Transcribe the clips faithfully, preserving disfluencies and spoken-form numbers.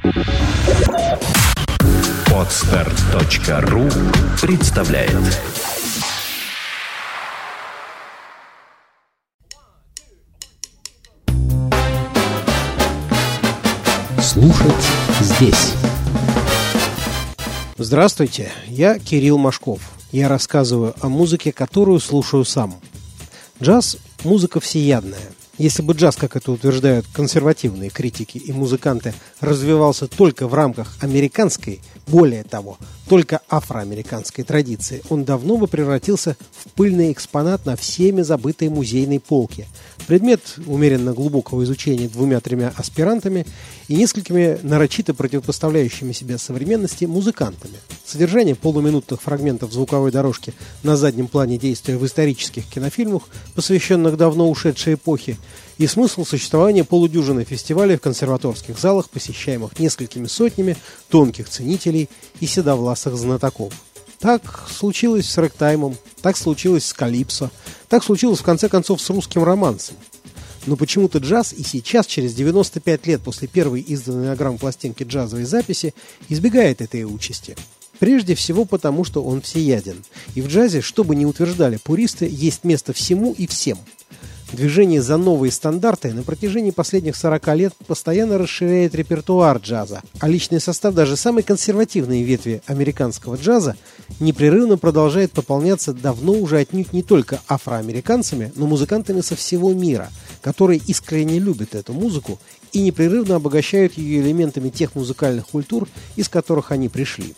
Подстер точка ру представляет. Слушать здесь. Здравствуйте, я Кирилл Машков. Я рассказываю о музыке, которую слушаю сам. Джаз – музыка всеядная. Если бы джаз, как это утверждают консервативные критики и музыканты, развивался только в рамках американской, более того, только афроамериканской традиции, он давно бы превратился в пыльный экспонат на всеми забытой музейной полке. Предмет умеренно глубокого изучения двумя-тремя аспирантами и несколькими нарочито противопоставляющими себя современности музыкантами. Содержание полуминутных фрагментов звуковой дорожки на заднем плане действия в исторических кинофильмах, посвященных давно ушедшей эпохе, и смысл существования полудюжины фестивалей в консерваторских залах, посещаемых несколькими сотнями тонких ценителей и седовласых знатоков. Так случилось с рэктаймом, так случилось с калипсо, так случилось в конце концов с русским романсом. Но почему-то джаз и сейчас, через девяносто пять лет после первой изданной на грамм-пластинке джазовой записи, избегает этой участи. Прежде всего потому, что он всеяден. И в джазе, что бы ни утверждали пуристы, есть место всему и всем. Движение за новые стандарты на протяжении последних сорока лет постоянно расширяет репертуар джаза, а личный состав даже самой консервативной ветви американского джаза непрерывно продолжает пополняться давно уже отнюдь не только афроамериканцами, но музыкантами со всего мира, которые искренне любят эту музыку и непрерывно обогащают ее элементами тех музыкальных культур, из которых они пришли.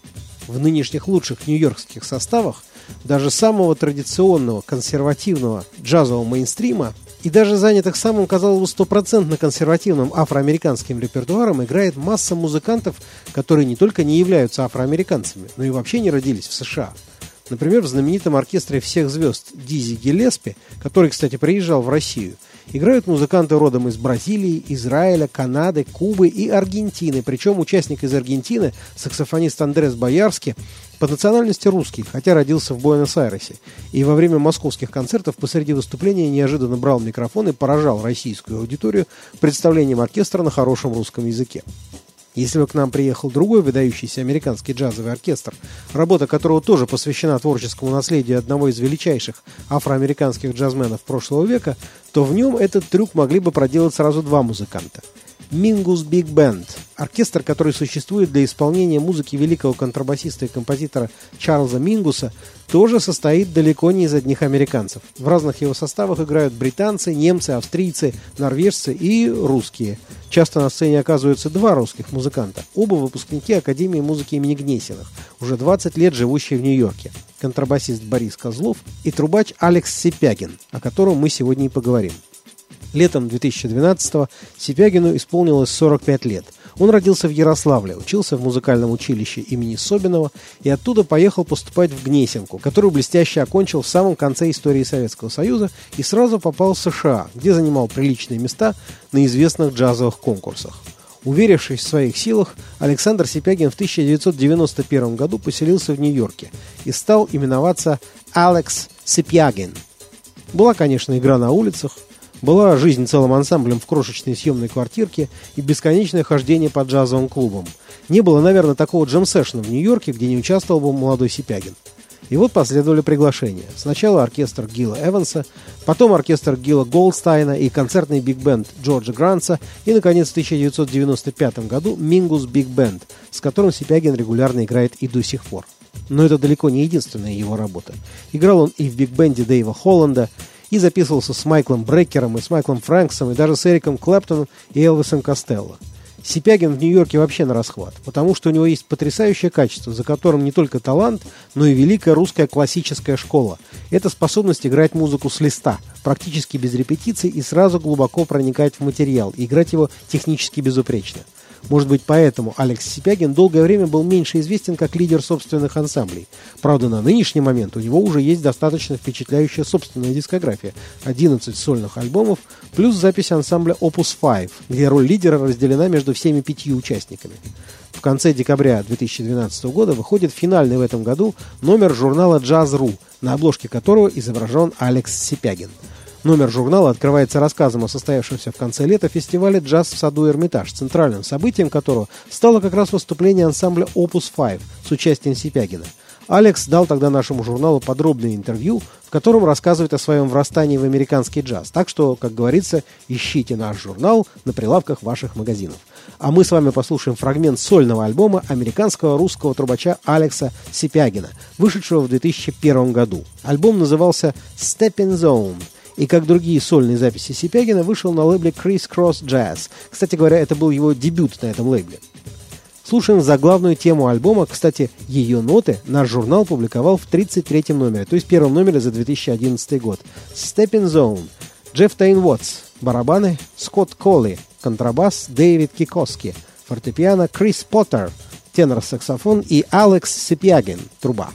В нынешних лучших нью-йоркских составах даже самого традиционного, консервативного джазового мейнстрима и даже занятых самым, казалось бы, стопроцентно консервативным афроамериканским репертуаром играет масса музыкантов, которые не только не являются афроамериканцами, но и вообще не родились в США. Например, в знаменитом оркестре всех звезд Дизи Гиллеспи, который, кстати, приезжал в Россию, играют музыканты родом из Бразилии, Израиля, Канады, Кубы и Аргентины. Причем участник из Аргентины, саксофонист Андрес Боярски, по национальности русский, хотя родился в Буэнос-Айресе. И во время московских концертов посреди выступления неожиданно брал микрофон и поражал российскую аудиторию представлением оркестра на хорошем русском языке. Если бы к нам приехал другой выдающийся американский джазовый оркестр, работа которого тоже посвящена творческому наследию одного из величайших афроамериканских джазменов прошлого века, то в нем этот трюк могли бы проделать сразу два музыканта. Mingus Big Band – оркестр, который существует для исполнения музыки великого контрабасиста и композитора Чарльза Мингуса, тоже состоит далеко не из одних американцев. В разных его составах играют британцы, немцы, австрийцы, норвежцы и русские. Часто на сцене оказываются два русских музыканта, оба выпускники Академии музыки имени Гнесиных, уже двадцать лет живущие в Нью-Йорке. Контрабасист Борис Козлов и трубач Алекс Сипягин, о котором мы сегодня и поговорим. Летом две тысячи двенадцатого Сипягину исполнилось сорок пять лет. Он родился в Ярославле, учился в музыкальном училище имени Собинова и оттуда поехал поступать в Гнесинку, которую блестяще окончил в самом конце истории Советского Союза и сразу попал в США, где занимал приличные места на известных джазовых конкурсах. Уверившись в своих силах, Александр Сипягин в тысяча девятьсот девяносто первом году поселился в Нью-Йорке и стал именоваться Алекс Сипягин. Была, конечно, игра на улицах, была жизнь целым ансамблем в крошечной съемной квартирке и бесконечное хождение по джазовым клубам. Не было, наверное, такого джем-сэшна в Нью-Йорке, где не участвовал бы молодой Сипягин. И вот последовали приглашения. Сначала оркестр Гила Эванса, потом оркестр Гила Голдстайна и концертный биг-бенд Джорджа Грантса, и, наконец, в тысяча девятьсот девяносто пятом году Mingus Big Band, с которым Сипягин регулярно играет и до сих пор. Но это далеко не единственная его работа. Играл он и в биг-бенде Дэйва Холланда, и записывался с Майклом Брекером, и с Майклом Фрэнксом, и даже с Эриком Клэптоном и Элвисом Костелло. Сипягин в Нью-Йорке вообще на расхват, потому что у него есть потрясающее качество, за которым не только талант, но и великая русская классическая школа. Это способность играть музыку с листа, практически без репетиций, и сразу глубоко проникать в материал, и играть его технически безупречно. Может быть, поэтому Алекс Сипягин долгое время был меньше известен как лидер собственных ансамблей. Правда, на нынешний момент у него уже есть достаточно впечатляющая собственная дискография – одиннадцать сольных альбомов, плюс запись ансамбля Opus пять, где роль лидера разделена между всеми пятью участниками. В конце декабря две тысячи двенадцатого года выходит финальный в этом году номер журнала «Джаз точка ру», на обложке которого изображен Алекс Сипягин. Номер журнала открывается рассказом о состоявшемся в конце лета фестивале «Джаз в саду Эрмитаж», центральным событием которого стало как раз выступление ансамбля Opus пять с участием Сипягина. Алекс дал тогда нашему журналу подробное интервью, в котором рассказывает о своем врастании в американский джаз. Так что, как говорится, ищите наш журнал на прилавках ваших магазинов. А мы с вами послушаем фрагмент сольного альбома американского русского трубача Алекса Сипягина, вышедшего в две тысячи первом году. Альбом назывался «Stepping Zone». И, как другие сольные записи Сипягина, вышел на лейбле Criss Cross Jazz. Кстати говоря, это был его дебют на этом лейбле. Слушаем заглавную тему альбома. Кстати, ее ноты наш журнал публиковал в тридцать третьем номере, то есть первом номере за две тысячи одиннадцатый год. Stepping Zone. Джефф Тейн Уотс. Барабаны. Скотт Колли. Контрабас. Дэвид Кикоски. Фортепиано. Крис Поттер. Тенор-саксофон. И Алекс Сипягин. Труба.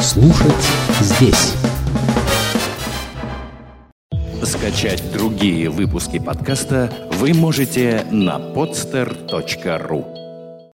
Слушать здесь. Скачать другие выпуски подкаста вы можете на podster точка ру.